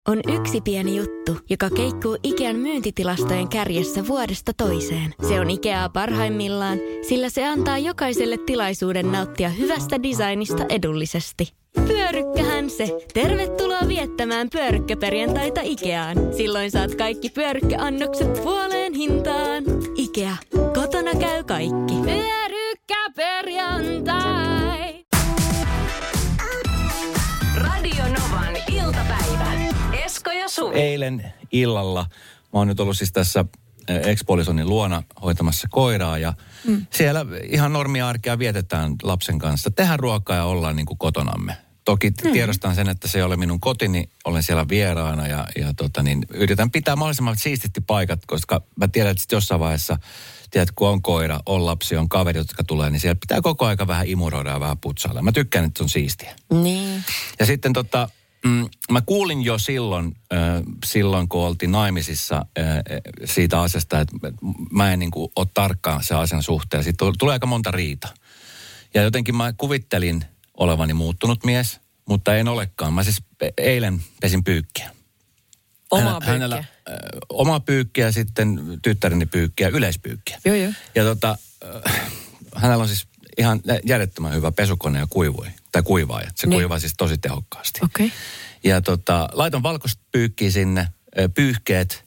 On yksi pieni juttu, joka keikkuu Ikean myyntitilastojen kärjessä vuodesta toiseen. Se on Ikeaa parhaimmillaan, sillä se antaa jokaiselle tilaisuuden nauttia hyvästä designista edullisesti. Pyörykkähän se. Tervetuloa viettämään pyörykkäperjantaita Ikeaan. Silloin saat kaikki pyörykkäannokset puoleen hintaan. Ikea. Kotona käy kaikki. Pyörykkäperjantai. Radio Novan iltapäivä. Esko ja Suvi. Eilen illalla mä oon nyt ollut siis tässä ex-puolisoni luona hoitamassa koiraa ja siellä ihan normiarkea vietetään lapsen kanssa. Tehdään ruokaa ja ollaan niin kuin kotonamme. Toki tiedostan sen, että se ei ole minun kotini, olen siellä vieraana ja yritän pitää mahdollisimman siististi paikat, koska mä tiedän, että jossain vaiheessa, kun on koira, on lapsi, on kaveri, jotka tulee, niin siellä pitää koko aika vähän imuroida ja vähän putsailla. Mä tykkään, että se on siistiä. Niin. Ja sitten mä kuulin jo silloin kun oltiin naimisissa siitä asiasta, että mä en niin kuin ole tarkkaan se asian suhteen. Sitten tulee aika monta riita. Ja jotenkin mä kuvittelin olevani muuttunut mies, mutta en olekaan. Mä siis eilen pesin pyykkiä. Omaa pyykkiä? Hänellä omaa pyykkiä, sitten tyttäreni pyykkiä, yleispyykkiä. Joo. Ja hänellä on siis ihan järjettömän hyvä pesukone ja kuivaaja. Se kuivaa siis tosi tehokkaasti. Okei. Okay. Ja laitan valkoista pyykkiä sinne, pyyhkeet.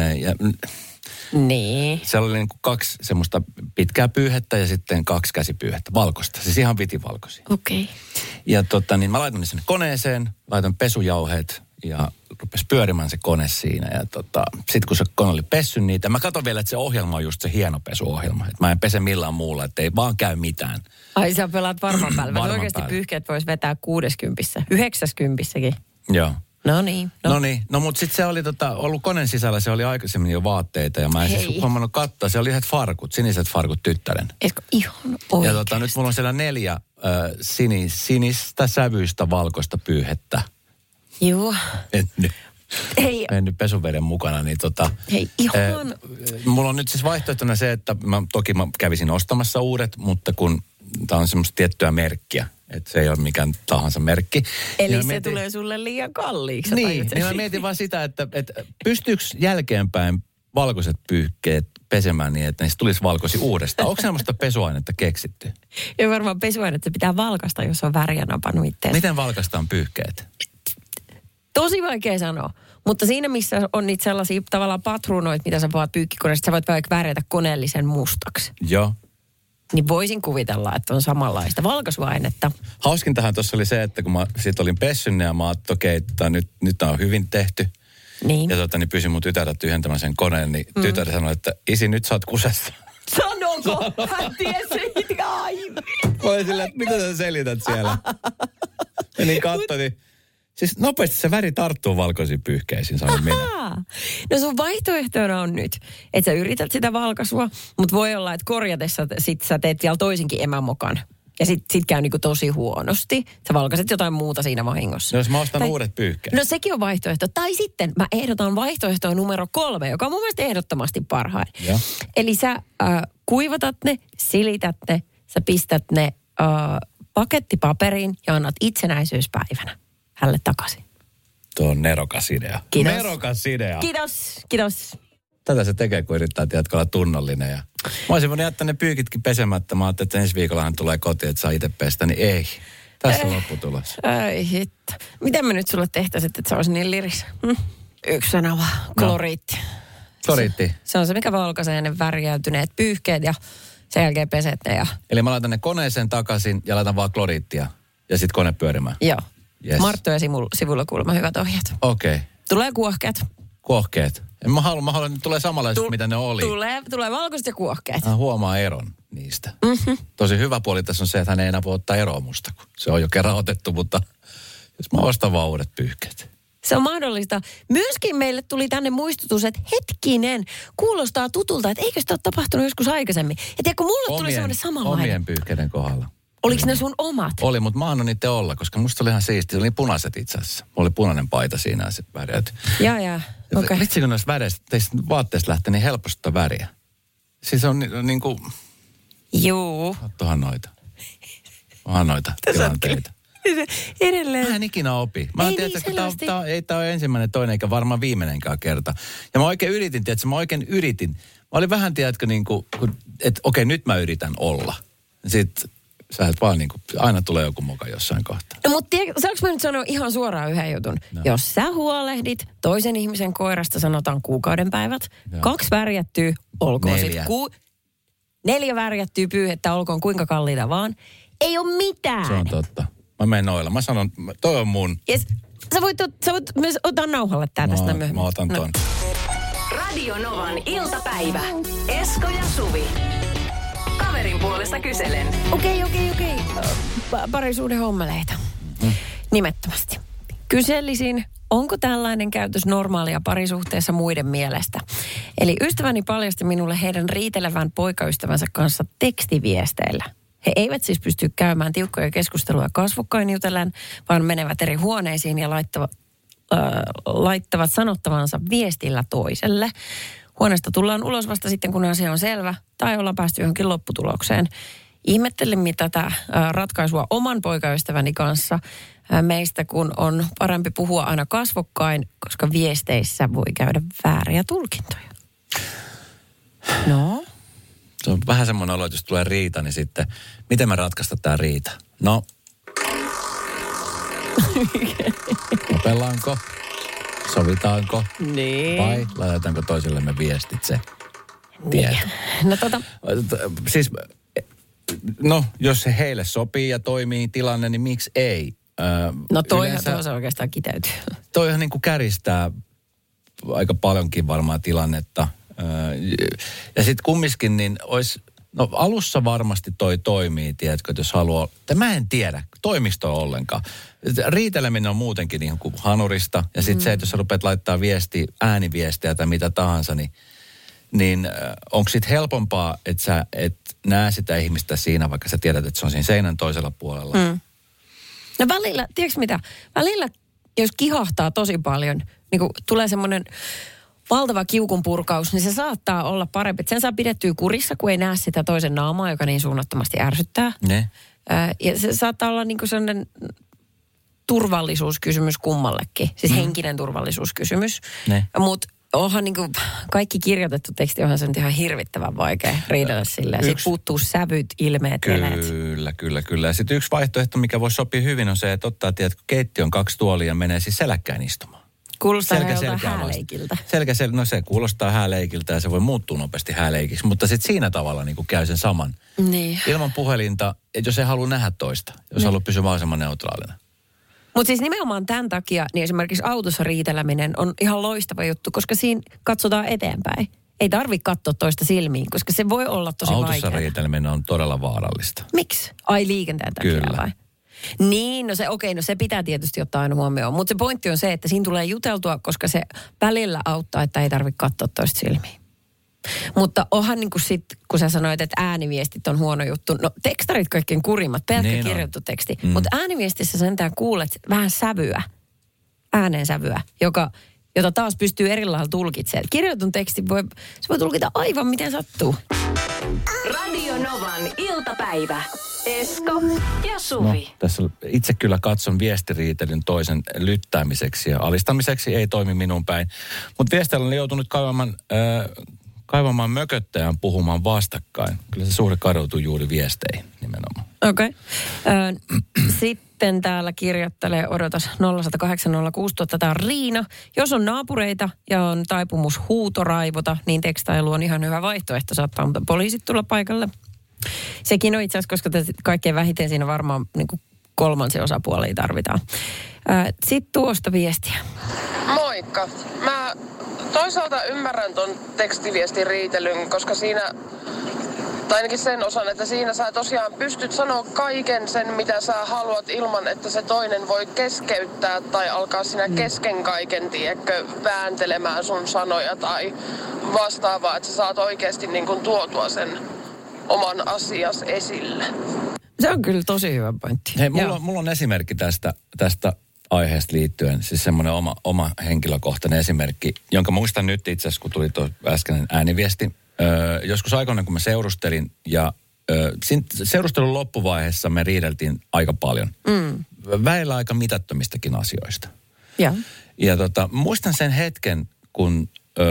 Niin. Siellä oli niin kuin 2 semmoista pitkää pyyhettä ja sitten 2 käsipyyhettä, valkoista. Siis ihan vitivalkoisia. Okei. Okay. Ja mä laitan ne sinne koneeseen, laitan pesujauheet ja rupesi pyörimään se kone siinä. Ja sitten kun se kone oli pessy niitä, mä katson vielä, että se ohjelma on just se hieno pesuohjelma. Että mä en pese millään muulla, että ei vaan käy mitään. Ai sä pelaat varman päälle. Varman oikeasti päälle. Pyyhkeet vois vetää 60, 90kin. Joo. No niin. No mutta sitten se oli ollut koneen sisällä, se oli aikaisemmin jo vaatteita ja mä en siis huomannut katsoa. Se oli yhdet farkut, siniset farkut tyttären. Esko ihan oikeasti? Ja nyt mulla on siellä 4 sinistä sävyistä valkoista pyyhettä. Joo. Mennyt pesuveden mukana, niin Hei, ihan. Mulla on nyt siis vaihtoehtona se, että mä kävisin ostamassa uudet, mutta kun tää on semmoista tiettyä merkkiä, että se ei ole mikään tahansa merkki. Eli se tulee sulle liian kalliiksi. Niin mä mietin vaan sitä, että pystyykö jälkeenpäin valkoiset pyyhkeet pesemään niin, että niistä tulisi valkoisia uudestaan. Onko semmoista pesuainetta keksitty? Ja varmaan pesuainetta pitää valkaista, jos on väriä napannut itseänsä. Miten valkaistaan pyyhkeet? Tosi vaikea sanoa. Mutta siinä, missä on niitä sellaisia tavallaan patruunoita, mitä sä voit pyykkikoneesta, sä voit vaikka värjätä koneellisen mustaksi. Joo. Niin voisin kuvitella, että on samanlaista valkaisuainetta. Hauskintahan tuossa oli se, että kun mä siitä olin pessynne ja mä ajattelin, että okei, nyt tämä on hyvin tehty. Niin. Ja pyysin mun tytärtä tyhjentämään sen koneen, niin tytär sanoi, että isi, nyt sä oot kusessa. Sanoko? Hän tiesi. Mä olin silleen, että mitä sä selität siellä? Ja niin katsoin, siis nopeasti se väri tarttuu valkoisiin pyyhkeisiin, sanon minä. No sun vaihtoehtona on nyt, että sä yrität sitä valkaisua, mutta voi olla, että korjatessa sit sä teet vielä toisinkin emämokan. Ja sit käy niinku tosi huonosti. Sä valkaiset jotain muuta siinä vahingossa. No jos mä ostan uudet pyyhkeet. No sekin on vaihtoehto. Tai sitten mä ehdotan vaihtoehtoa numero 3, joka on mun mielestä ehdottomasti parhain. Ja. Eli sä kuivatat ne, silität ne, sä pistät ne pakettipaperiin ja annat itsenäisyyspäivänä hälle takaisin. Tuo on nerokas idea. Kiitos. Nerokas idea. Kiitos. Tätä se tekee, kun yrittää olla tunnollinen. Ja mä olisin voinut jättää ne pyykitkin pesemättä. Mä ajattelin, että ensi viikollahan tulee kotiin, että saa itse pestä, niin ei. Tässä on lopputulos. Ai hitto. Miten me nyt sulle tehtäisit, että se olisi niin liris? Yksi sana vaan. Kloriitti. Kloriitti. Se on se, mikä valkaisee ne värjäytyneet pyyhkeet ja sen jälkeen peset ne. Eli mä laitan ne koneeseen takaisin ja laitan vaan kloriittia ja sitten kone pyörimään. Joo. Yes. Marttu ja sivulla kuulemma hyvät ohjeet. Okei. Okay. Tulee kuohkeet. Kuohkeet. Mä haluan, että tulee samanlaiset, mitä ne oli. Tulee valkoiset ja kuohkeet. Hän huomaa eron niistä. Tosi hyvä puoli tässä on se, että hän ei enää voi ottaa eroa musta, kun se on jo kerran otettu, mutta jos mä ostan vaan uudet pyyhkeet. Se on mahdollista. Myöskin meille tuli tänne muistutus, että hetkinen, kuulostaa tutulta, että eikö sitä ole tapahtunut joskus aikaisemmin. Ja tiedätkö, mulle tuli semmoinen samanlainen. Omien pyyhkeiden kohdalla. Oliko ne sun omat? Oli, mutta mä annoin niitä olla, koska musta oli ihan siistiä. Se oli punaiset itse asiassa. Mulla oli punainen paita siinä ja se värjäytyi. Jaa. Okei. Vitsi, kun noista vaatteista lähtee niin helposti väriä. Siis on niin kuin... Juu. Ottohan noita. Onhan noita tilanteita. Edelleen. Mä en ikinä opi. Mä Ei tiedän, niin, että selvästi. tää on ensimmäinen, toinen eikä varmaan viimeinenkään kerta. Ja mä oikein yritin. Mä olin vähän, tiedätkö, niin kuin, että okei, nyt mä yritän olla. Sitten sä et vaan niin kuin, aina tulee joku moka jossain kohtaa. No mutta saanko mä nyt sanoa ihan suoraan yhden jutun? No. Jos sä huolehdit toisen ihmisen koirasta, sanotaan kuukauden päivät, 2 värjättyy, olkoon 4. sitten 4 värjättyy pyyhettä, olkoon kuinka kalliita vaan. Ei ole mitään. Se on totta. Mä menen noilla. Mä sanon, toi on mun. Yes. Sä voit myös ottaa nauhalle tää tästä myöhemmin. Mä otan ton. Radio Novan iltapäivä. Esko ja Suvi. Kaverin puolesta kyselen. Okei. Parisuuden hommeleita. Nimettömästi. Kyselisin, onko tällainen käytös normaalia parisuhteessa muiden mielestä? Eli ystäväni paljasti minulle heidän riitelevän poikaystävänsä kanssa tekstiviesteillä. He eivät siis pysty käymään tiukkoja keskusteluja kasvokkain jutellen, vaan menevät eri huoneisiin ja laittavat sanottavansa viestillä toiselle. Huoneesta tullaan ulos vasta sitten, kun asia on selvä, tai ollaan päästy johonkin lopputulokseen. Ihmettelin tätä ratkaisua oman poikaystäväni kanssa meistä, kun on parempi puhua aina kasvokkain, koska viesteissä voi käydä vääriä tulkintoja. No? Se on vähän semmoinen olo, että jos tulee riita, niin sitten, miten me ratkaista tämä riita? No. Opellaanko? Sovitaanko? Niin. Vai laitetaanko toisillemme viestit se tieto? No Siis, no jos se heille sopii ja toimii tilanne, niin miksi ei? No toihan tuossa oikeastaan kiteytyy. Toihan niin kuin käristää aika paljonkin varmaan tilannetta. Ja sitten kumminkin niin olisi, no alussa varmasti toi toimii, tiedätkö, että jos haluaa, mä en tiedä, toimistoa ollenkaan. Riiteleminen on muutenkin niin kuin hanurista, ja sitten se, että jos sä rupeat laittaa ääniviestiä tai mitä tahansa, niin onko sitten helpompaa, että sä et näe sitä ihmistä siinä, vaikka sä tiedät, että se on siinä seinän toisella puolella. No välillä, tiedätkö mitä, välillä jos kihahtaa tosi paljon, niin kun tulee semmoinen valtava kiukunpurkaus, niin se saattaa olla parempi. Sen saa pidettyä kurissa, kun ei näe sitä toisen naamaa, joka niin suunnattomasti ärsyttää. Ne. Ja se saattaa olla niin kuin sellainen turvallisuuskysymys kummallekin. Siis henkinen turvallisuuskysymys. Mutta onhan niin kuin kaikki kirjoitettu teksti, onhan se nyt ihan hirvittävän vaikea riidellä silleen. Sitten puuttuu sävyt, ilmeet, eleet. Kyllä. Ja sitten yksi vaihtoehto, mikä voisi sopia hyvin, on se, että ottaa, tiedätkö, keittiön 2 tuolia ja menee siis seläkkäin istumaan. Kuulostaa joltain hääleikiltä. No se kuulostaa hääleikiltä ja se voi muuttua nopeasti hääleikiksi, mutta sitten siinä tavalla niin kuin käy sen saman. Niin. Ilman puhelinta, että jos ei halua nähdä toista, jos haluaa pysyä mahdollisimman neutraalina. Mutta siis nimenomaan tämän takia, niin esimerkiksi autossa riiteleminen on ihan loistava juttu, koska siinä katsotaan eteenpäin. Ei tarvitse katsoa toista silmiin, koska se voi olla tosi vaikeaa. Autossa riiteleminen on todella vaarallista. Miksi? Ai liikenteen takia vai? Niin, no se pitää tietysti ottaa aina huomioon. Mutta se pointti on se, että siinä tulee juteltua, koska se välillä auttaa, että ei tarvitse katsoa toista silmiin. Mutta onhan niin kuin sit, kun sä sanoit, että ääniviestit on huono juttu. No tekstarit kaikkein kurimmat, pelkkä niin kirjoitettu teksti. Mutta ääniviestissä sentään kuulet vähän sävyä, ääneen sävyä, jota taas pystyy eri lailla tulkitsemaan. Kirjoitetun teksti voi tulkita aivan miten sattuu. Radio Novan iltapäivä. Esko ja Suvi. No, tässä itse kyllä katson viestiriitelyn toisen lyttäämiseksi ja alistamiseksi. Ei toimi minun päin. Mutta viesteillä on joutunut kaivamaan mököttäjän puhumaan vastakkain. Kyllä se suhde kadoutuu juuri viesteihin nimenomaan. Okei. Sitten täällä kirjoittelee, odotas 0806000, tämä on Riina. Jos on naapureita ja on taipumus huutoraivota, niin tekstailu on ihan hyvä vaihtoehto. Saattaa poliisit tulla paikalle. Sekin on itse asiassa, koska kaikkein vähiten siinä varmaan niin kuin kolmansia osapuolia tarvitaan. Sitten tuosta viestiä. Moikka. Mä toisaalta ymmärrän ton tekstiviestin riitelyn, koska siinä, tai ainakin sen osan, että siinä sä tosiaan pystyt sanoa kaiken sen, mitä sä haluat ilman, että se toinen voi keskeyttää tai alkaa siinä kesken kaiken, tiedätkö, vääntelemään sun sanoja tai vastaavaa, että sä saat oikeasti niin kuin tuotua sen oman asias esille. Se on kyllä tosi hyvä pointti. Hei, mulla on esimerkki tästä aiheesta liittyen, siis semmoinen oma henkilökohtainen esimerkki, jonka muistan nyt itse asiassa, kun tuli tuo äskeinen ääniviesti. Joskus aikoina, kun mä seurustelin ja seurustelun loppuvaiheessa me riideltiin aika paljon. väillä aika mitättömistäkin asioista. Joo. Ja muistan sen hetken, kun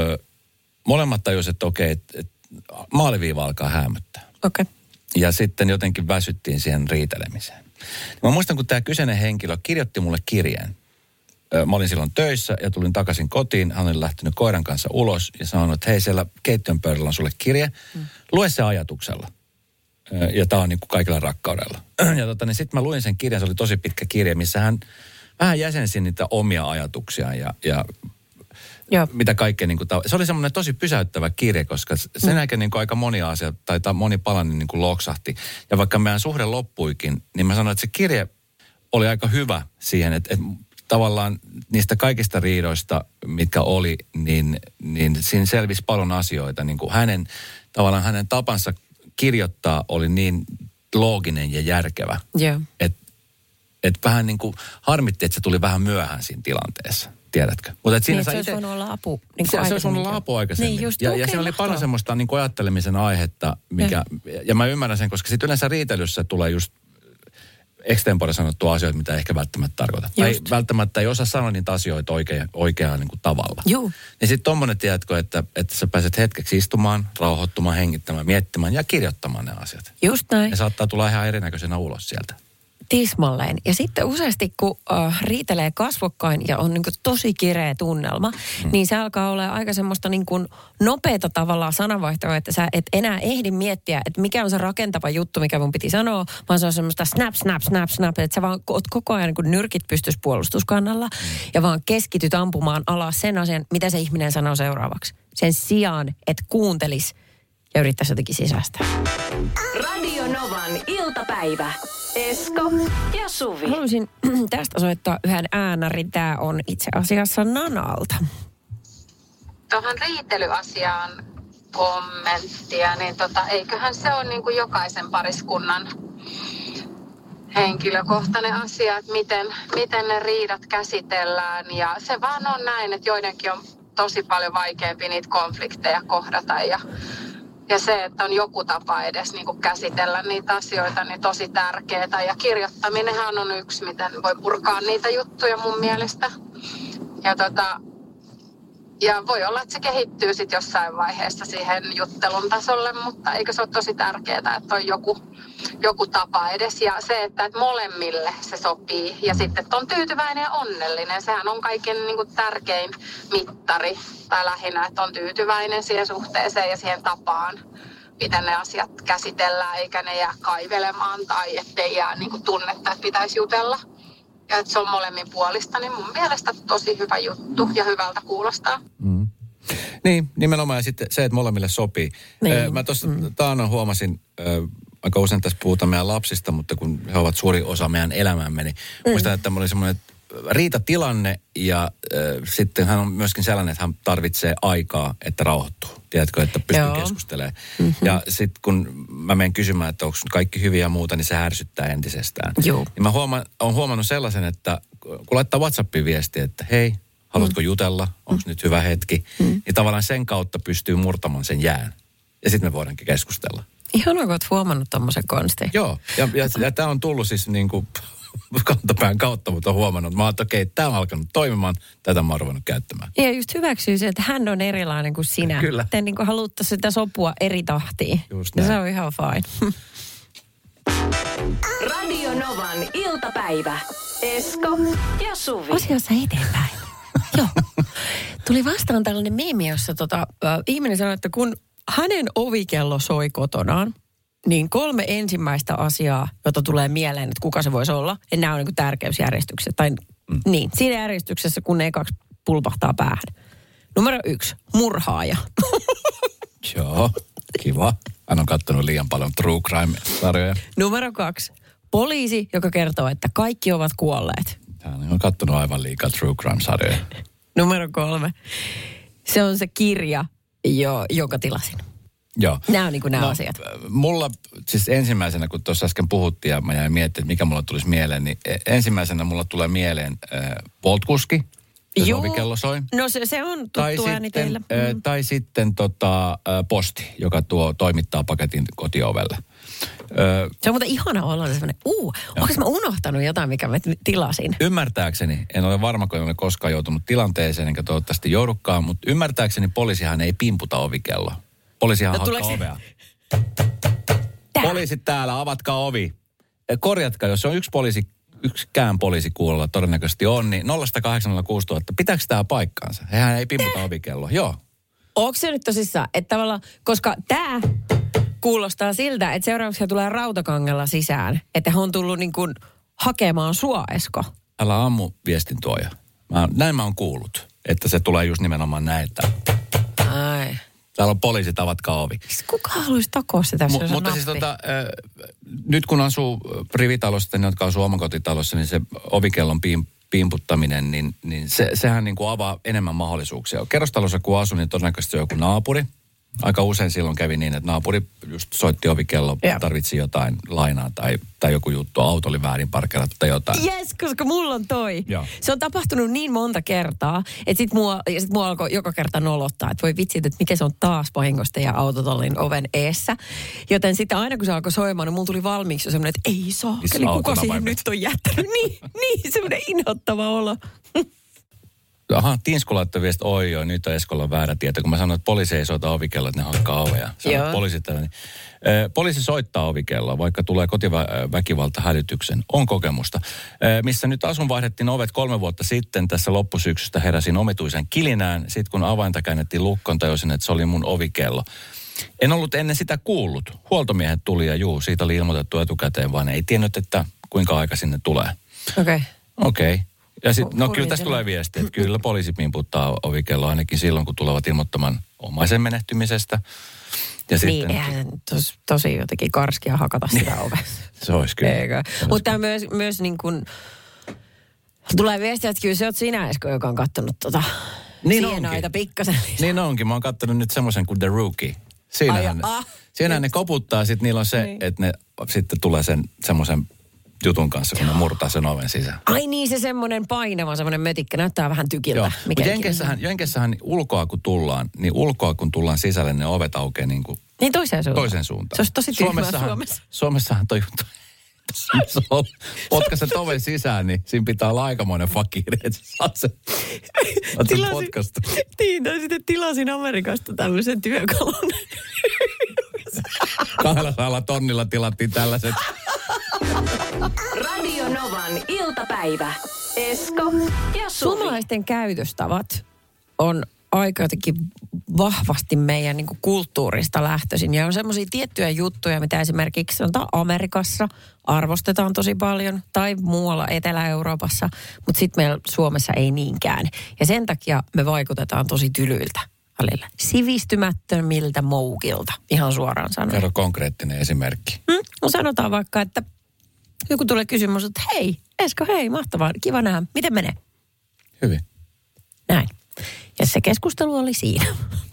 molemmat tajusivat, että okei, maaliviiva alkaa häämöttää. Okei. Ja sitten jotenkin väsyttiin siihen riitelemiseen. Mä muistan, kun tämä kyseinen henkilö kirjoitti mulle kirjeen. Mä olin silloin töissä ja tulin takaisin kotiin. Hän oli lähtenyt koiran kanssa ulos ja sanonut, että hei, siellä keittiön pöydällä on sulle kirje. Lue se ajatuksella. Ja tää on niin kuin kaikilla rakkaudella. Ja niin sitten mä luin sen kirjan, se oli tosi pitkä kirja, missä hän vähän jäsensi niitä omia ajatuksia ja mitä kaikkea. Niin kuin, se oli semmoinen tosi pysäyttävä kirja, koska sen jälkeen niin kuin aika moni asia tai moni palanen niin kuin loksahti. Ja vaikka meidän suhde loppuikin, niin mä sanoin, että se kirje oli aika hyvä siihen, että tavallaan niistä kaikista riidoista, mitkä oli, niin siinä selvisi paljon asioita. Niin kuin hänen tapansa kirjoittaa oli niin looginen ja järkevä. Joo. Että vähän niin kuin harmitti, että se tuli vähän myöhään siinä tilanteessa. Tiedätkö? Mutta niin, se olisi voinut olla apu. Niin se olisi voinut olla apu aikaisemmin. Niin just, ja siinä oli paljon semmoista niin kuin ajattelemisen aihetta, ja mä ymmärrän sen, koska sitten yleensä riitelyssä tulee just extempore sanottua asioita, mitä ehkä välttämättä tarkoita. Tai välttämättä ei osaa sanoa niitä asioita oikeaan niin kuin tavalla. Joo. Ja sitten tommonen, tiedätkö, että sä pääset hetkeksi istumaan, rauhoittumaan, hengittämään, miettimään ja kirjoittamaan ne asiat. Just näin. Ne saattaa tulla ihan erinäköisenä ulos sieltä. Tismalleen. Ja sitten useasti, kun riitelee kasvokkain ja on niin kuin tosi kireä tunnelma, niin se alkaa olla aika semmoista niin kuin nopeata tavallaan sananvaihtoa, että sä et enää ehdi miettiä, että mikä on se rakentava juttu, mikä mun piti sanoa, vaan se on semmoista snap, snap, snap, snap, että sä vaan oot koko ajan niin kuin nyrkit pystys puolustuskannalla ja vaan keskityt ampumaan alas sen asian, mitä se ihminen sanoo seuraavaksi. Sen sijaan, että kuuntelis ja yrittäisi jotenkin sisäistää. Radio Novan iltapäivä. Esko ja Suvi. Haluaisin tästä soittaa yhden äänärin. Tämä on itse asiassa Nanalta. Tuohon riitelyasiaan kommenttia, niin eiköhän se ole niin kuin jokaisen pariskunnan henkilökohtainen asia, että miten ne riidat käsitellään. Ja se vaan on näin, että joidenkin on tosi paljon vaikeampi niitä konflikteja kohdata ja se, että on joku tapa edes niin kuin käsitellä niitä asioita, niin tosi tärkeää. Ja kirjoittaminenhan on yksi, miten voi purkaa niitä juttuja mun mielestä. Ja voi olla, että se kehittyy sitten jossain vaiheessa siihen juttelun tasolle, mutta eikö se ole tosi tärkeää, että on joku tapa edes. Ja se, että molemmille se sopii ja sitten, että on tyytyväinen ja onnellinen. Sehän on kaiken niin kuin tärkein mittari tai lähinnä, että on tyytyväinen siihen suhteeseen ja siihen tapaan, miten ne asiat käsitellään, eikä ne jää kaivelemaan tai ettei jää niin kuin tunnetta, että pitäisi jutella. Ja että se on molemmin puolista, niin mun mielestä tosi hyvä juttu ja hyvältä kuulostaa. Mm. Niin, nimenomaan ja sitten se, että molemmille sopii. Niin. Mä tuossa taannoin huomasin, aika usein tässä puhutaan meidän lapsista, mutta kun he ovat suuri osa meidän elämäämme, niin muistan, että tämä oli semmoinen riitatilanne ja sitten hän on myöskin sellainen, että hän tarvitsee aikaa, että rauhoittuu. Tiedätkö, että pystyy keskustelemaan. Mm-hmm. Ja sitten kun mä menen kysymään, että onko kaikki hyviä ja muuta, niin se ärsyttää entisestään. Joo. Niin mä olen huomannut sellaisen, että kun laittaa WhatsAppiin viestiä, että hei, haluatko jutella, onko nyt hyvä hetki, niin tavallaan sen kautta pystyy murtamaan sen jään. Ja sitten me voidaankin keskustella. Ihanaa, kun olet huomannut tommosen konstin. Joo, ja tämä on tullut siis niin kuin kantapään kautta, mutta huomannut, että okei, tämä on alkanut toimimaan, tätä mä oon ruvennut käyttämään. Ja just hyväksyy se, että hän on erilainen kuin sinä. Kyllä. Te niin kuin haluatte sitä sopua eri tahtiin. Just näin. Ja se on ihan fine. Radio Novan iltapäivä. Esko ja Suvi. Asiassa eteenpäin. Joo. Tuli vastaan tällainen meemi, jossa ihminen sanoi, että kun hänen ovikello soi kotonaan, niin 3 ensimmäistä asiaa, jota tulee mieleen, että kuka se voisi olla, ja nämä on niin kuin tärkeysjärjestyksessä. Tai niin, siinä järjestyksessä, kun ne 2 pulpahtaa päähän. Numero 1, murhaaja. Joo, kiva. Hän on katsonut liian paljon True Crime-sarjoja. Numero 2, poliisi, joka kertoo, että kaikki ovat kuolleet. Hän on katsonut aivan liikaa True Crime-sarjoja. Numero 3, se on se kirja, jonka tilasin. Joo. Nämä on niin kuin nämä asiat. Mulla siis ensimmäisenä, kun tuossa äsken puhuttiin ja mä jäin miettimään, että mikä mulla tulisi mieleen, niin ensimmäisenä mulla tulee mieleen Volt-kuski, jos ovikello soi. No se on tuttu ääni teillä. Tai sitten posti, joka toimittaa paketin kotiovelle. Se on muuten ihana olla sellainen, onko mä unohtanut jotain, mikä mä tilasin? Ymmärtääkseni, en ole varma, kun en ole koskaan joutunut tilanteeseen, enkä toivottavasti joudukaan, mutta ymmärtääkseni poliisihan ei pimputa ovikelloa. Poliisihan hakkaa ovea. Poliisit täällä, avatkaa ovi. Korjatkaa, jos on yksikään poliisi kuulolla todennäköisesti on, niin 0806000. Pitääkö tämä paikkaansa? Hehän ei pimputa ovikelloa. Joo. Onko se nyt tosissaan, että tavallaan, koska tämä kuulostaa siltä, että seuraavaksi tulee Rautakangella sisään, että he on tullut niin kuin hakemaan sua, Esko. Älä ammu viestintuoja. Näin mä oon kuullut, että se tulee just nimenomaan näin, että ai. Täällä on poliisit, avatkaa ovi. Kuka haluaisi takoa sitä, jos on mutta nappi? siis nyt kun asuu rivitalossa, ne jotka asuu omakotitalossa, niin se ovikellon pimputtaminen, niin sehän niin kuin avaa enemmän mahdollisuuksia. Kerrostalossa kun asun, niin todennäköisesti on joku naapuri. Aika usein silloin kävi niin, että naapuri just soitti ovikello, tarvitsi jotain lainaa tai joku juttu, auto oli väärin parkerattu tai jotain. Jes, koska mulla on toi. Joo. Se on tapahtunut niin monta kertaa, että sit mua alkoi joka kerta nolottaa, että voi vitsit, että miten se on taas vahingosta ja autotallin oven eessä. Joten sitten aina kun se alkoi soimaan, niin mulla tuli valmiiksi jo semmoinen, että ei saa, eli kuka siihen nyt on jättänyt. Niin semmoinen inhottava olo. Aha, Tinsku laittoi viesti, oi, nyt on Eskolla väärä tieto. Kun mä sanoin, että poliisi ei soita ovikelloa, että ne hakkaa ovea. Poliisi soittaa ovikelloa, vaikka tulee kotiväkivalta hälytyksen. On kokemusta. Missä nyt asun vaihdettiin ovet 3 vuotta sitten. Tässä loppusyksystä heräsin omituisen kilinään. Sitten kun avainta käännettiin lukkoon, tajusin, että se oli mun ovikello. En ollut ennen sitä kuullut. Huoltomiehet tuli ja siitä oli ilmoitettu etukäteen, vaan ei tiennyt, että kuinka aika sinne tulee. Okei. Ja sitten, kyllä tästä tulee viesti, että kyllä poliisi pimputtaa ovikelloa ainakin silloin, kun tulevat ilmoittamaan omaisen menehtymisestä. Ja niin, eihän tosi jotenkin karskia hakata sitä ovessa. Se olisi kyllä. Mutta myös niin kuin, tulee viestiä, että kyllä se oot sinä, Esko, joka on kattonut sienoita pikkasen. Niin onkin, mä oon kattonut nyt semmoisen kuin The Rookie. Siinähän ne koputtaa, sitten niillä on se, niin. Että ne sitten tulee semmoisen jutun kanssa, kun ne murtaa sen oven sisään. Ai niin, se semmoinen painava, semmoinen mötikkä, näyttää vähän tykiltä. Joo, mutta Jenkessähän ulkoa kun tullaan sisälle, ne ovet aukeaa niin kuin niin toiseen suuntaan. Se olisi tosi tyhmää Suomessa. Suomessahan toi juttu. Potkaset oven sisään, niin siinä pitää olla aikamoinen fakiri, että saa sen potkasta. Tilasin Amerikasta tämmöisen työkalun. 200 tonnilla tilattiin tällaiset. Radio Novan iltapäivä. Esko ja Suvi. Suomalaisten käytöstavat on aika jotenkin vahvasti meidän niin kuin kulttuurista lähtöisin. Ja on semmoisia tiettyjä juttuja, mitä esimerkiksi sanotaan Amerikassa arvostetaan tosi paljon. Tai muualla Etelä-Euroopassa. Mutta sitten meillä Suomessa ei niinkään. Ja sen takia me vaikutetaan tosi tylyiltä välillä. Sivistymättömiltä moukilta, ihan suoraan sanoen. Kerro konkreettinen esimerkki. No sanotaan vaikka, että joku tulee kysymys, että hei, Esko, hei, mahtavaa, kiva nähdä. Miten menee? Hyvin. Näin. Ja se keskustelu oli siinä.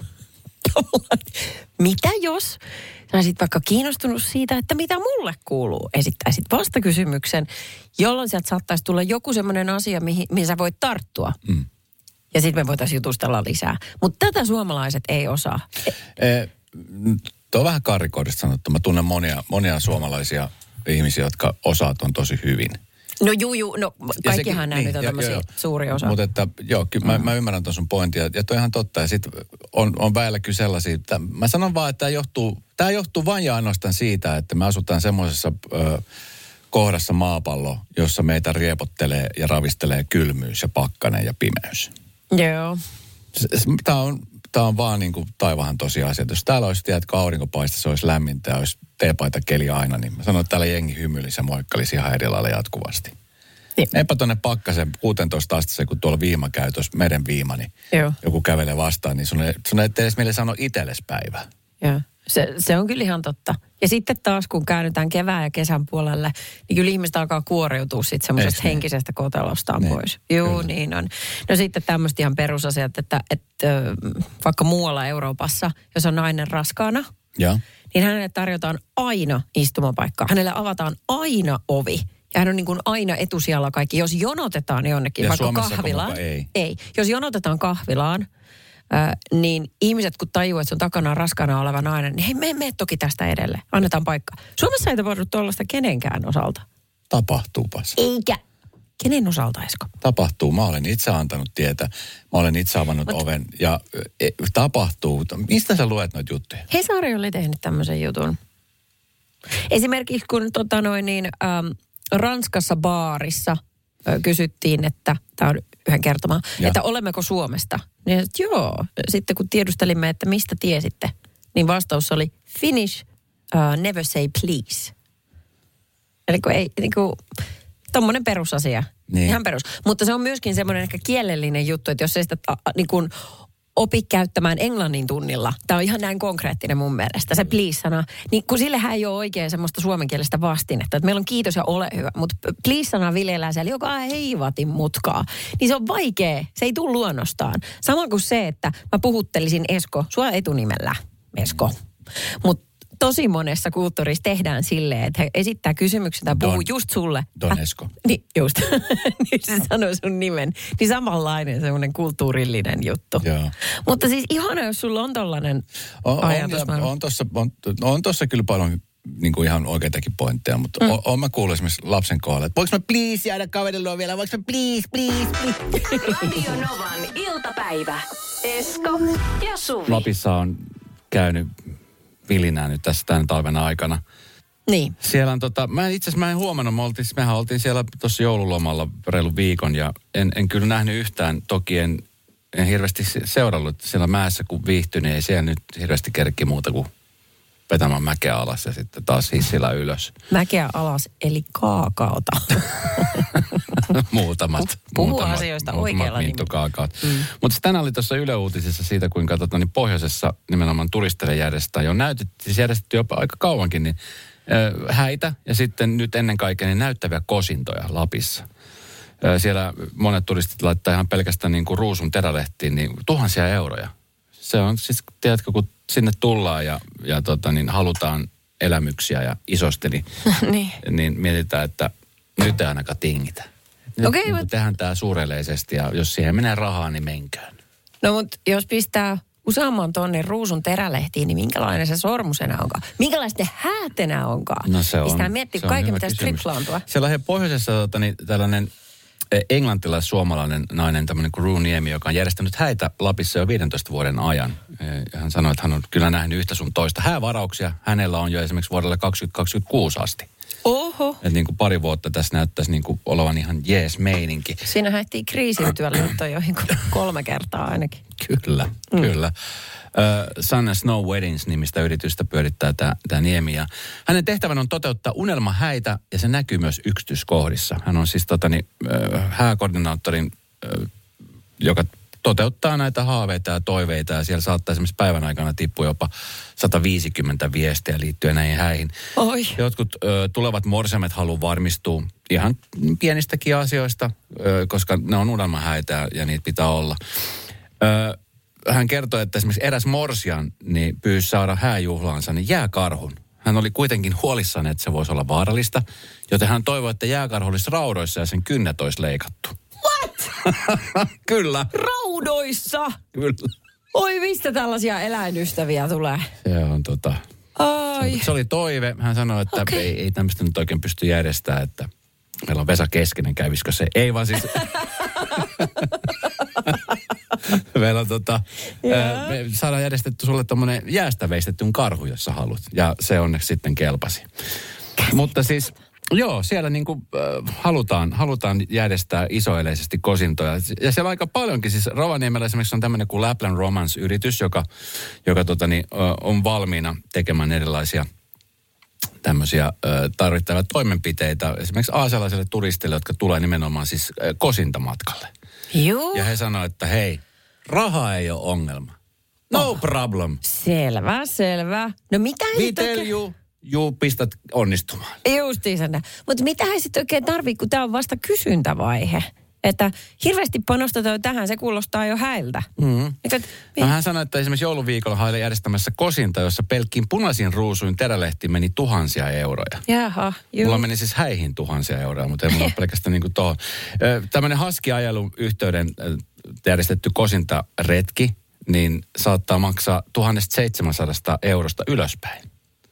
Mitä jos sä olisit vaikka kiinnostunut siitä, että mitä mulle kuuluu? Esittäisit vastakysymyksen, jolloin sieltä saattaisi tulla joku semmoinen asia, mihin sä voit tarttua. Ja sitten me voitaisiin jutustella lisää. Mutta tätä suomalaiset ei osaa. Tuo on vähän karrikoidista sanottu. Mä tunnen monia suomalaisia ihmisiä, jotka osaat on tosi hyvin. No no kaikkihan nämä nyt on tämmöisiä suuri osa. Mutta että kyllä mä ymmärrän tuon sun pointin. Ja toi on ihan totta. Ja sitten on väillä kyllä sellaisia, että mä sanon vaan, että tämä johtuu vain ja ainoastaan siitä, että me asutaan semmoisessa kohdassa maapallo, jossa meitä riepottelee ja ravistelee kylmyys ja pakkanen ja pimeys. Joo. Tämä on vaan niin kuin taivahan tosiasia. Jos täällä olisi, tiedätkö, aurinko paista, se olisi lämmintä ja olisi teepaita keli aina, niin mä sanon, että täällä jengi hymyilisi ja moikkalisi ihan eri lailla jatkuvasti. Eipä tuonne pakkaseen 16 asteeseen, kun tuolla viima käy, tuossa meren viima, niin joku kävelee vastaan, niin sun ei edes meille sano itsellesi päivää. Joo. Se on kyllä ihan totta. Ja sitten taas, kun käännytään kevään ja kesän puolelle, niin kyllä ihmiset alkaa kuoriutua sitten semmoisesta henkisestä kotelostaan pois. Joo, niin on. No sitten tämmöistä ihan perusasiat, että vaikka muualla Euroopassa, jos on nainen raskaana, niin hänelle tarjotaan aina istumapaikka. Hänelle avataan aina ovi. Ja hän on niin kuin aina etusijalla kaikki. Jos jonotetaan jonnekin, ja vaikka kahvilaan. Ei. Jos jonotetaan kahvilaan, niin ihmiset kun tajuaa, että sun takana on raskaana oleva nainen, niin hei, mene toki tästä edelle. Annetaan paikka. Suomessa ei tapahdu tuollaista kenenkään osalta. Tapahtuupas. Eikä. Kenen osalta, Esko? Tapahtuu. Mä olen itse antanut tietä. Mä olen itse avannut oven. Ja tapahtuu. Mistä sä luet noita juttuja? Hesari oli tehnyt tämmöisen jutun. Esimerkiksi kun Ranskassa baarissa kysyttiin, että tämä on yhden kertomaan, että olemmeko Suomesta. Niin että joo. Sitten kun tiedustelimme, että mistä tiesitte, niin vastaus oli Finnish, never say please. Eli kun ei niinku... Tommoinen perusasia. Niin. Ihan perus. Mutta se on myöskin semmoinen ehkä kielellinen juttu, että jos ei sitä niin kuin opi käyttämään englannin tunnilla, tämä on ihan näin konkreettinen mun mielestä, se please-sana, niin kun sillehän ei ole oikein semmoista suomenkielistä vastinetta, että meillä on kiitos ja ole hyvä, mutta please-sana viljellään siellä joka heivatin mutkaa, niin se on vaikea, se ei tule luonnostaan. Sama kuin se, että mä puhuttelisin Esko, sua etunimellä, Esko, mutta tosi monessa kulttuurissa tehdään silleen, että he esittää kysymyksen tai puhuu just sulle. Don Esko. Niin, just. Niin se sanoo sun nimen. Niin samanlainen semmoinen kulttuurillinen juttu. Joo. Mutta siis ihana, jos sulla on tollainen ajatus. On tossa kyllä paljon niin kuin ihan oikeitakin pointteja, mutta on mä kuullut esimerkiksi lapsen kohdalla, että voiko mä please jäädä kaverin luo vielä, voiko mä please. Radio Novan iltapäivä. Esko ja Suvi. Lapissa on käynyt vilinää nyt tässä tämän talven aikana. Niin. Siellä on mä en huomannut, mehän oltiin siellä tuossa joululomalla reilun viikon ja en kyllä nähnyt yhtään, toki en hirveästi seurannut siellä mäessä, kun viihtyi, niin ei siellä nyt hirveästi kerkki muuta kuin vetämään mäkeä alas ja sitten taas hissillä ylös. Mäkeä alas, eli kaakaota. Muutamat asioista oikealla nimellä. Mutta tänään oli tuossa Yle Uutisissa siitä, kuinka niin pohjoisessa nimenomaan turisteille järjestetty jopa aika kauankin, niin häitä ja sitten nyt ennen kaikkea niin näyttäviä kosintoja Lapissa. Siellä monet turistit laittaa ihan pelkästään niin kuin ruusun terälehtiin niin tuhansia euroja. Se on siis, tiedätkö, kun sinne tullaan ja niin halutaan elämyksiä ja isosti, niin mietitään, että nyt ei ainakaan tingitä. Nyt niin tehdään tämä suureleisesti ja jos siihen menee rahaa, niin menköön. No mutta jos pistää useamman tonnin ruusun terälehtiin, niin minkälainen se sormus enää onkaan? Minkälaiset ne häät enää onkaan? No se on. Pistää miettiä kaiken, mitä triplaantua. Siellä on pohjoisessa tällainen englantilais-suomalainen nainen, tämmöinen kuin Rue Niemi, joka on järjestänyt häitä Lapissa jo 15 vuoden ajan. Ja hän sanoi, että hän on kyllä nähnyt yhtä sun toista. Häävarauksia hänellä on jo esimerkiksi vuodelle 2026 asti. Oho. Että niin kuin pari vuotta tässä näyttäisi niin kuin olevan ihan jees meininki. Siinä ehtii kriisiytyä liittoihin 3 kertaa ainakin. Kyllä. Sun and Snow Weddings-nimistä yritystä pyörittää tämä Niemi. Ja hänen tehtävän on toteuttaa unelmahäitä ja se näkyy myös yksityiskohdissa. Hän on siis hääkoordinaattorin, joka toteuttaa näitä haaveita ja toiveita ja siellä saattaa esimerkiksi päivän aikana tippua jopa 150 viestiä liittyen näihin häihin. Oi. Jotkut tulevat morsiamet haluaa varmistua ihan pienistäkin asioista, koska ne on unelmahäitä ja niitä pitää olla. Hän kertoi, että esimerkiksi eräs morsian niin pyysi saada hääjuhlaansa niin jääkarhun. Hän oli kuitenkin huolissaan, että se voisi olla vaarallista, joten hän toivoi, että jääkarhu olisi raudoissa ja sen kynnet olisi leikattu. What? Kyllä. Raudoissa? Kyllä. Oi, mistä tällaisia eläinystäviä tulee? Se on Ai. Se oli toive. Hän sanoi, että ei tämmöistä nyt oikein pysty järjestämään, että meillä on Vesa Keskinen, kävisikö se? Ei vaan siis... Meillä on me saadaan järjestetty sulle tommonen jäästä veistetyn karhu, jos sä haluat. Ja se onneksi sitten kelpasi. Mutta siis, joo, siellä niinku halutaan järjestää isoeleisesti kosintoja. Ja siellä aika paljonkin, siis Rovaniemellä esimerkiksi on tämmöinen kuin Lapland Romance-yritys, joka on valmiina tekemään erilaisia tämmöisiä tarvittavia toimenpiteitä esimerkiksi aasialaisille turisteille, jotka tulee nimenomaan siis kosintamatkalle. Joo. Ja he sanoivat, että hei, raha ei ole ongelma. No problem. Selvä. No mitä he sitten oikein... Juu, pistät onnistumaan. Justiinsa. Mutta mitä he sitten oikein tarvii, kun tämä on vasta kysyntävaihe? Että hirveästi panostetaan tähän, se kuulostaa jo häiltä. No hän sanoi, että esimerkiksi jouluviikolla hän oli järjestämässä kosinta, jossa pelkkiin punaisiin ruusuin terälehtiin meni tuhansia euroja. Jaha, juu. Mulla meni siis häihin tuhansia euroja, mutta ei mulla ole pelkästään niin kuin tuohon. Tämmöinen Haski-ajelun yhteyden järjestetty kosintaretki, niin saattaa maksaa 1700 eurosta ylöspäin.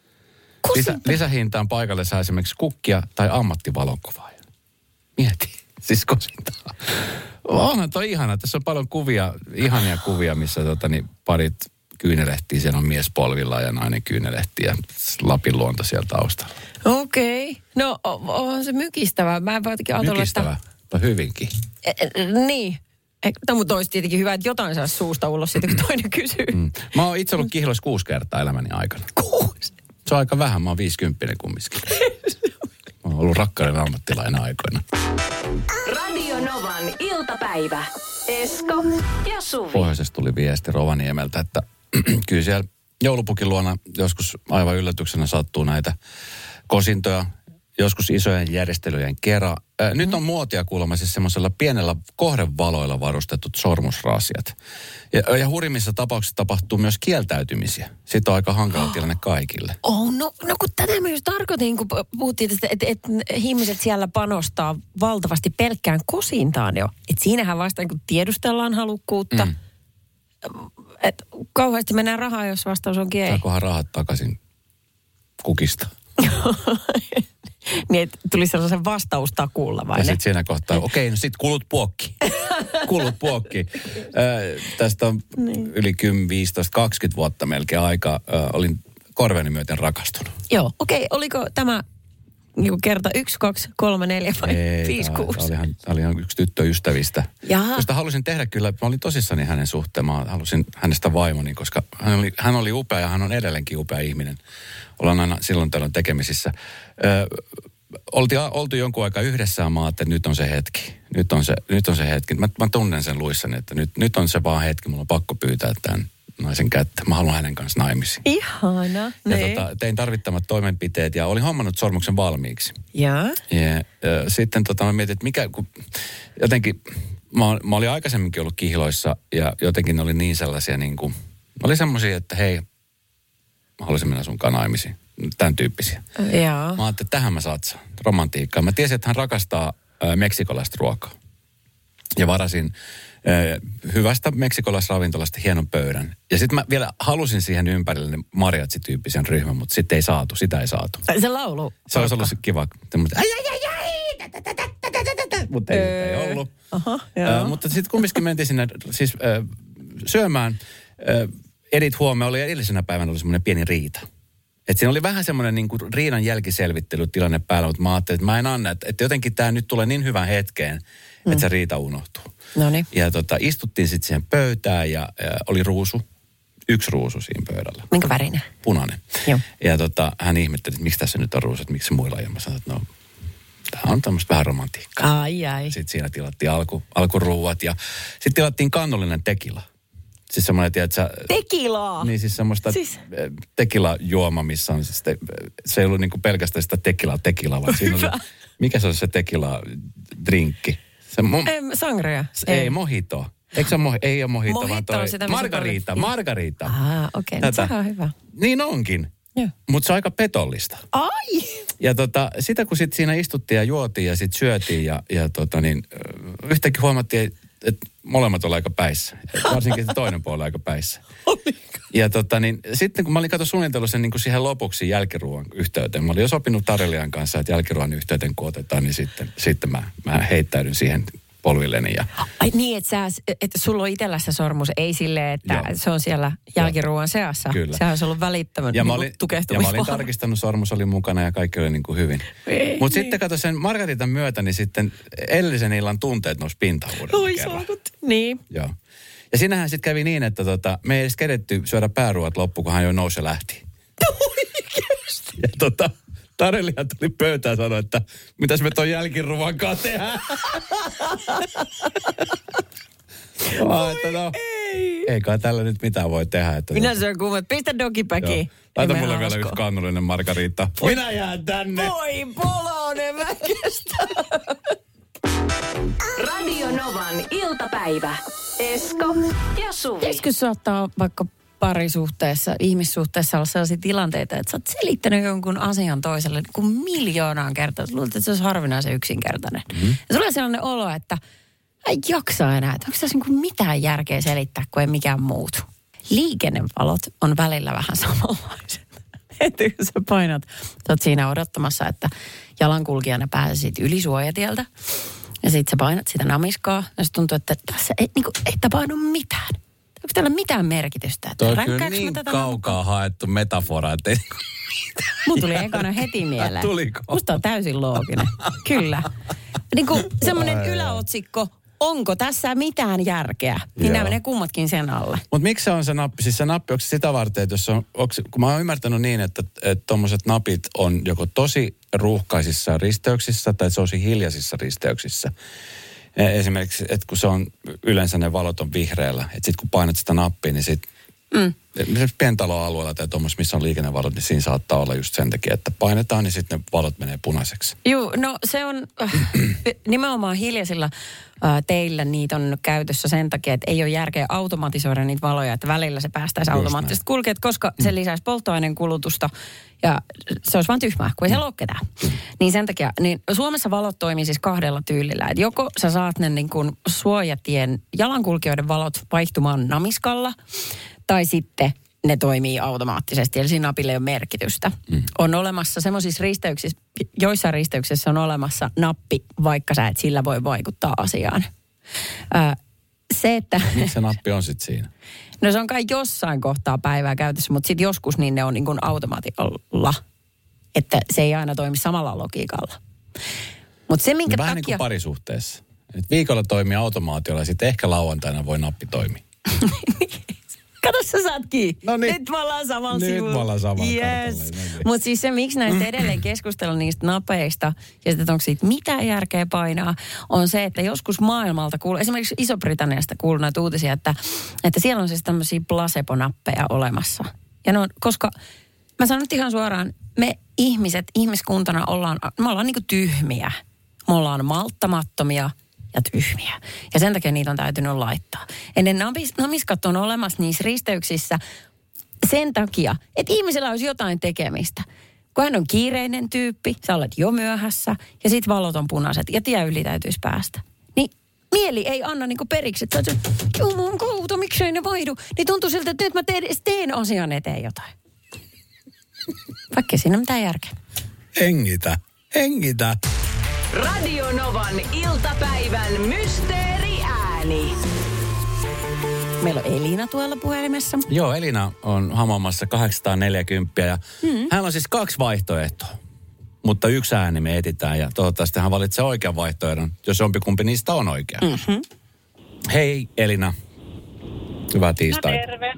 Lisähintaan paikalle saa esimerkiksi kukkia tai ammattivalokuvaaja. Mieti, siis kosintaa. Onhan toi ihana. Tässä on paljon ihania kuvia, missä parit kyynelehtiä. Siellä on mies polvilla ja nainen kyynelehti ja Lapin luonto siellä taustalla. Okei. No onhan se mykistävää. Mä en vaan ajatella, mykistävää, mutta hyvinkin. Niin. Mutta olisi tietenkin hyvä, että jotain saisi suusta ulos siitä, kun toinen kysyy. Mä oon itse ollut kihloissa 6 kertaa elämäni aikana. 6? Se on aika vähän, mä oon 50 kumminkin. Mä oon ollut rakkauden ammattilainen aikoina. Radio Novan iltapäivä. Esko ja Suvi. Pohjoisesta tuli viesti Rovaniemeltä, että kyllä siellä joulupukin luona joskus aivan yllätyksenä sattuu näitä kosintoja, joskus isojen järjestelyjen kerran. Nyt on muotia kuulemma siis semmoisella pienellä kohdevaloilla varustetut sormusrasiat. Ja hurjimmissa tapauksissa tapahtuu myös kieltäytymisiä. Siitä on aika hankala tilanne kaikille. No kun tätä mä just tarkoitin, kun puhuttiin, että ihmiset siellä panostaa valtavasti pelkkään kosintaan jo. Että siinähän vasta niin kun tiedustellaan halukkuutta. Että kauheasti mennään rahaa, jos vastaus onkin ei. Saakohan rahat takaisin kukista? Niin, että tuli sellaisen vastaustakuulla vai? Ja sitten siinä kohtaa, okei, no sitten kulut puokki. Kulut puokki. Tästä on yli 10, 15, 20 vuotta melkein aikaa. Olin korveni myöten rakastunut. Joo, okei. Oliko tämä niin kerta 1, 2, 3, 4 vai 5, 6? Tämä oli ihan yksi tyttöystävistä. Josta halusin tehdä kyllä, mä olin tosissani hänen suhteen. Mä halusin hänestä vaimoni, koska hän oli upea ja hän on edelleenkin upea ihminen. Ollaan aina silloin tällöin tekemisissä. Oltu jonkun aikaa yhdessä ja mä ajattelin, että nyt on se hetki. Nyt on se hetki. Mä tunnen sen luissani, että nyt on se vaan hetki. Mulla on pakko pyytää tämän naisen kättä. Mä haluan hänen kanssa naimisiin. Ihana. Ja tein tarvittamat toimenpiteet ja olin hommannut sormuksen valmiiksi. Ja sitten mä mietin, että mikä, kun jotenkin, mä olin aikaisemminkin ollut kihloissa ja jotenkin ne oli niin sellaisia niin kuin, oli semmoisia, että hei, mä haluaisin mennä sunkaan naimisiin. Tämän tyyppisiä. Jaa. Mä ajattelin, että tähän mä satsaan. Romantiikkaa. Mä tiesin, että hän rakastaa meksikolaista ruokaa. Ja varasin hyvästä meksikolaisravintolasta hienon pöydän. Ja sitten mä vielä halusin siihen ympärille mariatsi-tyyppisen ryhmän, mutta sitten ei saatu. Sitä ei saatu. Se laulu. Se olisi ollut kiva. Mutta ei ollut. Mutta sitten kumminkin mentiin sinne siis syömään. Edit huomioon oli edellisenä päivänä oli semmoinen pieni riita. Että siinä oli vähän semmoinen niin kuin riidan jälkiselvittelytilanne päällä, mutta mä ajattelin, että mä en anna, että jotenkin tämä nyt tulee niin hyvän hetkeen, että se riita unohtuu. Noniin. Ja istuttiin sitten siihen pöytään ja oli ruusu, 1 ruusu siinä pöydällä. Minkä värinen? Punainen. Joo. Ja hän ihmetteli, että miksi tässä nyt on ruusu, että miksi se muilla ei. Mä sanoin, että no, tämä on tämmöistä vähän romantiikkaa. Ai. Sitten siinä tilattiin alkuruuat ja sitten tilattiin kannollinen tekila. Siis semmoinen, tiedätkö... Tekilaa? Niin siis semmoista tekilajuoma, missä on siis se ei ollut niinku pelkästään sitä tekilaa, vaan siinä oli... Mikä se on se tekila-drinkki? Sangria? Ei, mojito. Eikö se ole ei ole mojito, vaan toi... Margarita. Okei. Nyt sehän on hyvä. Niin onkin. Mutta se on aika petollista. Ai! Ja sitä kun sitten siinä istuttiin ja juotiin ja sitten syötiin ja yhtäkkiä huomattiin, että molemmat oli aika päissä. Varsinkin toinen puoli aika päissä. Ja sitten kun mä olin suunnitellut sen niin kuin siihen lopuksi jälkiruoan yhteyteen. Mä olin jo sopinut tarjoilijan kanssa, että jälkiruoan yhteyteen kun otetaan, niin sitten mä heittäydyn siihen polvilleni. Ai niin, että sulla on itsellä se sormus, ei silleen, että se on siellä jälkiruoan seassa. Kyllä. Sehän olisi ollut välittömän tukehtumisvaihe. Ja mä olin tarkistanut, sormus oli mukana ja kaikki oli niin kuin hyvin. Mutta sitten kato sen Margaritan myötä, niin sitten edellisen illan tunteet nousi pintaan uudemman kerran. Niin. Joo. Ja siinähän sitten kävi niin, että me ei edes kedetty syödä pääruoat loppuun, kun hän jo nousi ja lähti. Ja tarjoilija tuli pöytään ja sanoi, että mitäs me ton jälkiruuan kanssa tehdään. Ei kai tällä nyt mitään voi tehdä. Että minä syön kuumat. Pistä dogipäkiin. Laita mulle vielä yksi kannullinen Margarita. Minä jään tänne. Voi Polonen väkestä. Radio Novan iltapäivä. Esko ja Suvi. Joskus saattaa vaikka parisuhteessa, ihmissuhteessa olla sellaisia tilanteita, että sä oot selittänyt jonkun asian toiselle niin kuin miljoonaan kertaa. Luulet, että se olisi harvinaisen yksinkertainen. Ja tulee sellainen olo, että ei jaksa enää. Että onko tässä niin kuin mitään järkeä selittää, kun ei mikään muutu. Liikennevalot on välillä vähän samanlaiset. Että kun sä painat, sä oot siinä odottamassa, että jalankulkijana pääsisit yli suojatieltä. Ja sit sä painat sitä namiskaa. Ja se tuntuu, että tässä ei tapahdu mitään. Onko täällä mitään merkitystä? Toi on kyllä niin kaukaa haettu metafora, että ei Mun tuli ekana heti mieleen. Tuliko? Musta on täysin looginen. Kyllä. Niin kuin semmoinen yläotsikko, onko tässä mitään järkeä? Niin nämä menee kummatkin sen alle. Mutta miksi se on se nappi? Siis se nappi, onko se sitä varten, että jos on, kun mä oon ymmärtänyt niin, että tommoset napit on joko tosi ruuhkaisissa risteyksissä tai tosi hiljaisissa risteyksissä. Esimerkiksi, että kun se on yleensä ne valot on vihreällä, että sitten kun painat sitä nappia, niin sitten pientaloalueella tai tuommoissa, missä on liikennevalot, niin siinä saattaa olla just sen takia, että painetaan, niin sitten ne valot menee punaiseksi. Joo, no se on nimenomaan hiljaisilla teillä niitä on käytössä sen takia, että ei ole järkeä automatisoida niitä valoja, että välillä se päästäisi automaattisesti kulkeet, koska se lisäisi polttoaineen kulutusta ja se olisi vaan tyhmää, kun ei se ole ketään. Niin sen takia, niin Suomessa valot toimii siis kahdella tyylillä, että joko sä saat ne niin kuin suojatien jalankulkijoiden valot vaihtumaan namiskalla, tai sitten ne toimii automaattisesti, eli siinä napille ei ole merkitystä. On olemassa semmoisissa risteyksissä, joissain risteyksissä on olemassa nappi, vaikka sä et sillä voi vaikuttaa asiaan. Se, että... Miksi se nappi on sitten siinä? No se on kai jossain kohtaa päivää käytössä, mutta sitten joskus niin ne on niin kuin automaatikolla, että se ei aina toimi samalla logiikalla. Mutta se, minkä vähän niin kuin parisuhteessa. Et viikolla toimii automaatiolla ja sitten ehkä lauantaina voi nappi toimia. Kato, sä saat kiinni. No niin. Nyt me ollaan samalla Nyt sivulla. me ollaan samalla yes. Mutta siis se, miksi näistä edelleen keskustella niistä napeista, ja sitten onko siitä mitään järkeä painaa, on se, että joskus maailmalta kuuluu, esimerkiksi Iso-Britanniasta kuuluu näitä uutisia, että siellä on siis tämmöisiä placebo-nappeja olemassa. Ja no, koska mä sanon nyt ihan suoraan, me ihmiset, ihmiskuntana me ollaan niinku tyhmiä. Me ollaan malttamattomia ja tyhmiä. Ja sen takia niitä on täytynyt laittaa. Ennen namiskat on olemassa niissä risteyksissä sen takia, että ihmisellä olisi jotain tekemistä. Kun hän on kiireinen tyyppi, sä olet jo myöhässä ja sit valot on punaiset ja tie yli täytyisi päästä. Niin mieli ei anna niinku periksi, että sä juman kautta, miksei ne vaihdu. Niin tuntuu siltä, että nyt mä teen asian eteen jotain. Vaikka siinä mitään järkeä. Hengitä. Radio Novan iltapäivän mysteeriääni. Meillä on Elina tuolla puhelimessa. Joo, Elina on hamoamassa 840 ja hän on siis 2 vaihtoehtoa. Mutta 1 ääni me etsitään ja toivottavasti hän valitsee oikean vaihtoehdon, jos jompikumpi niistä on oikea. Hei Elina. Hyvää tiistaita. No terve.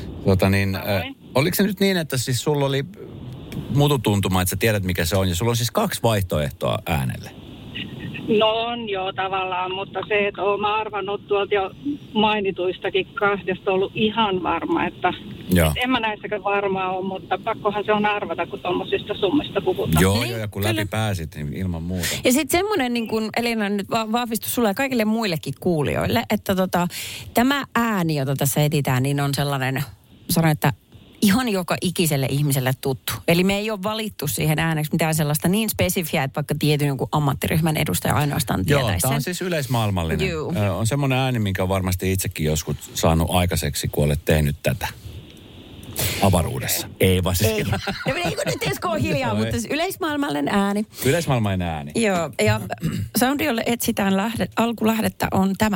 Oliko se nyt niin, että siis sulla oli mututuntuma, että sä tiedät mikä se on ja sulla on siis 2 vaihtoehtoa äänelle? No on joo tavallaan, mutta se, että olen arvannut tuolta jo mainituistakin 2 ollut ihan varma, että en mä näissäkään varmaa ole, mutta pakkohan se on arvata, kun tuommoisista summista puhutaan. Joo, ja kun läpi pääsit, niin ilman muuta. Ja sitten semmoinen, niin kuin Elina nyt vahvistus sulle ja kaikille muillekin kuulijoille, että tämä ääni, jota tässä etsitään, niin on sellainen, sanon, että ihan joka ikiselle ihmiselle tuttu. Eli me ei ole valittu siihen ääneksi mitään sellaista niin spesifiä, että vaikka tietyn jonkun ammattiryhmän edustaja ainoastaan tietäisi sen. Joo, tämä on siis yleismaailmallinen. On semmoinen ääni, minkä on varmasti itsekin joskus saanut aikaiseksi, kun olet tehnyt tätä avaruudessa. Ei vaan siis. Eikö nyt Esko on hiljaa, mutta siis yleismaailmallinen ääni. Yleismaailmallinen ääni. Joo, ja soundi, jolle etsitään alkulähdettä, on tämä.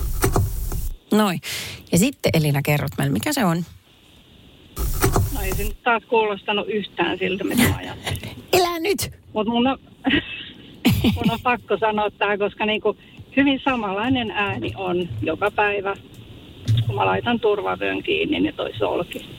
Noin. Ja sitten Elina, kerrot meille, mikä se on? No ei se nyt taas kuulostanut yhtään siltä, mitä mä ajattelin. Elä nyt! Mutta mun on pakko sanoa tämä, koska niinku hyvin samanlainen ääni on joka päivä. Kun mä laitan turvavyön kiinni, niin toi solki.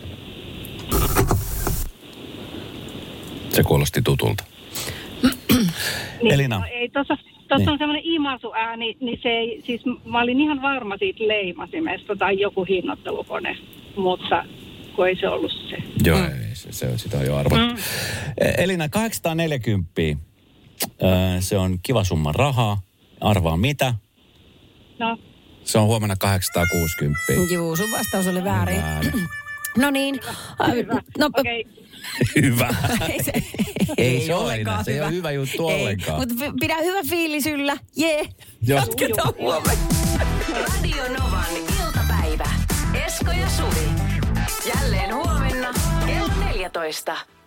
Se kuulosti tutulta. Niin, Elina. No ei, tuossa on semmoinen imasuääni, niin se ei, siis mä olin ihan varma siitä leimasimesta tai joku hinnoittelukone, mutta kun ei se ollut se. Joo, ei, se sitä on jo arvottu. Elina, 840. Se on kiva summa rahaa. Arvaa mitä? No. Se on huomenna 860. Juu, sun vastaus oli väärin. No niin. Hyvä. No, Okei. Hyvä. Ei se ole ollenkaan enää. Se ei ole hyvä juttu ollenkaan. Mutta pidä hyvä fiilis yllä. Jee. Jatketaan huomenna. Radio Novan iltapäivä. Esko ja Suvi. Jälleen huomenna kello 14.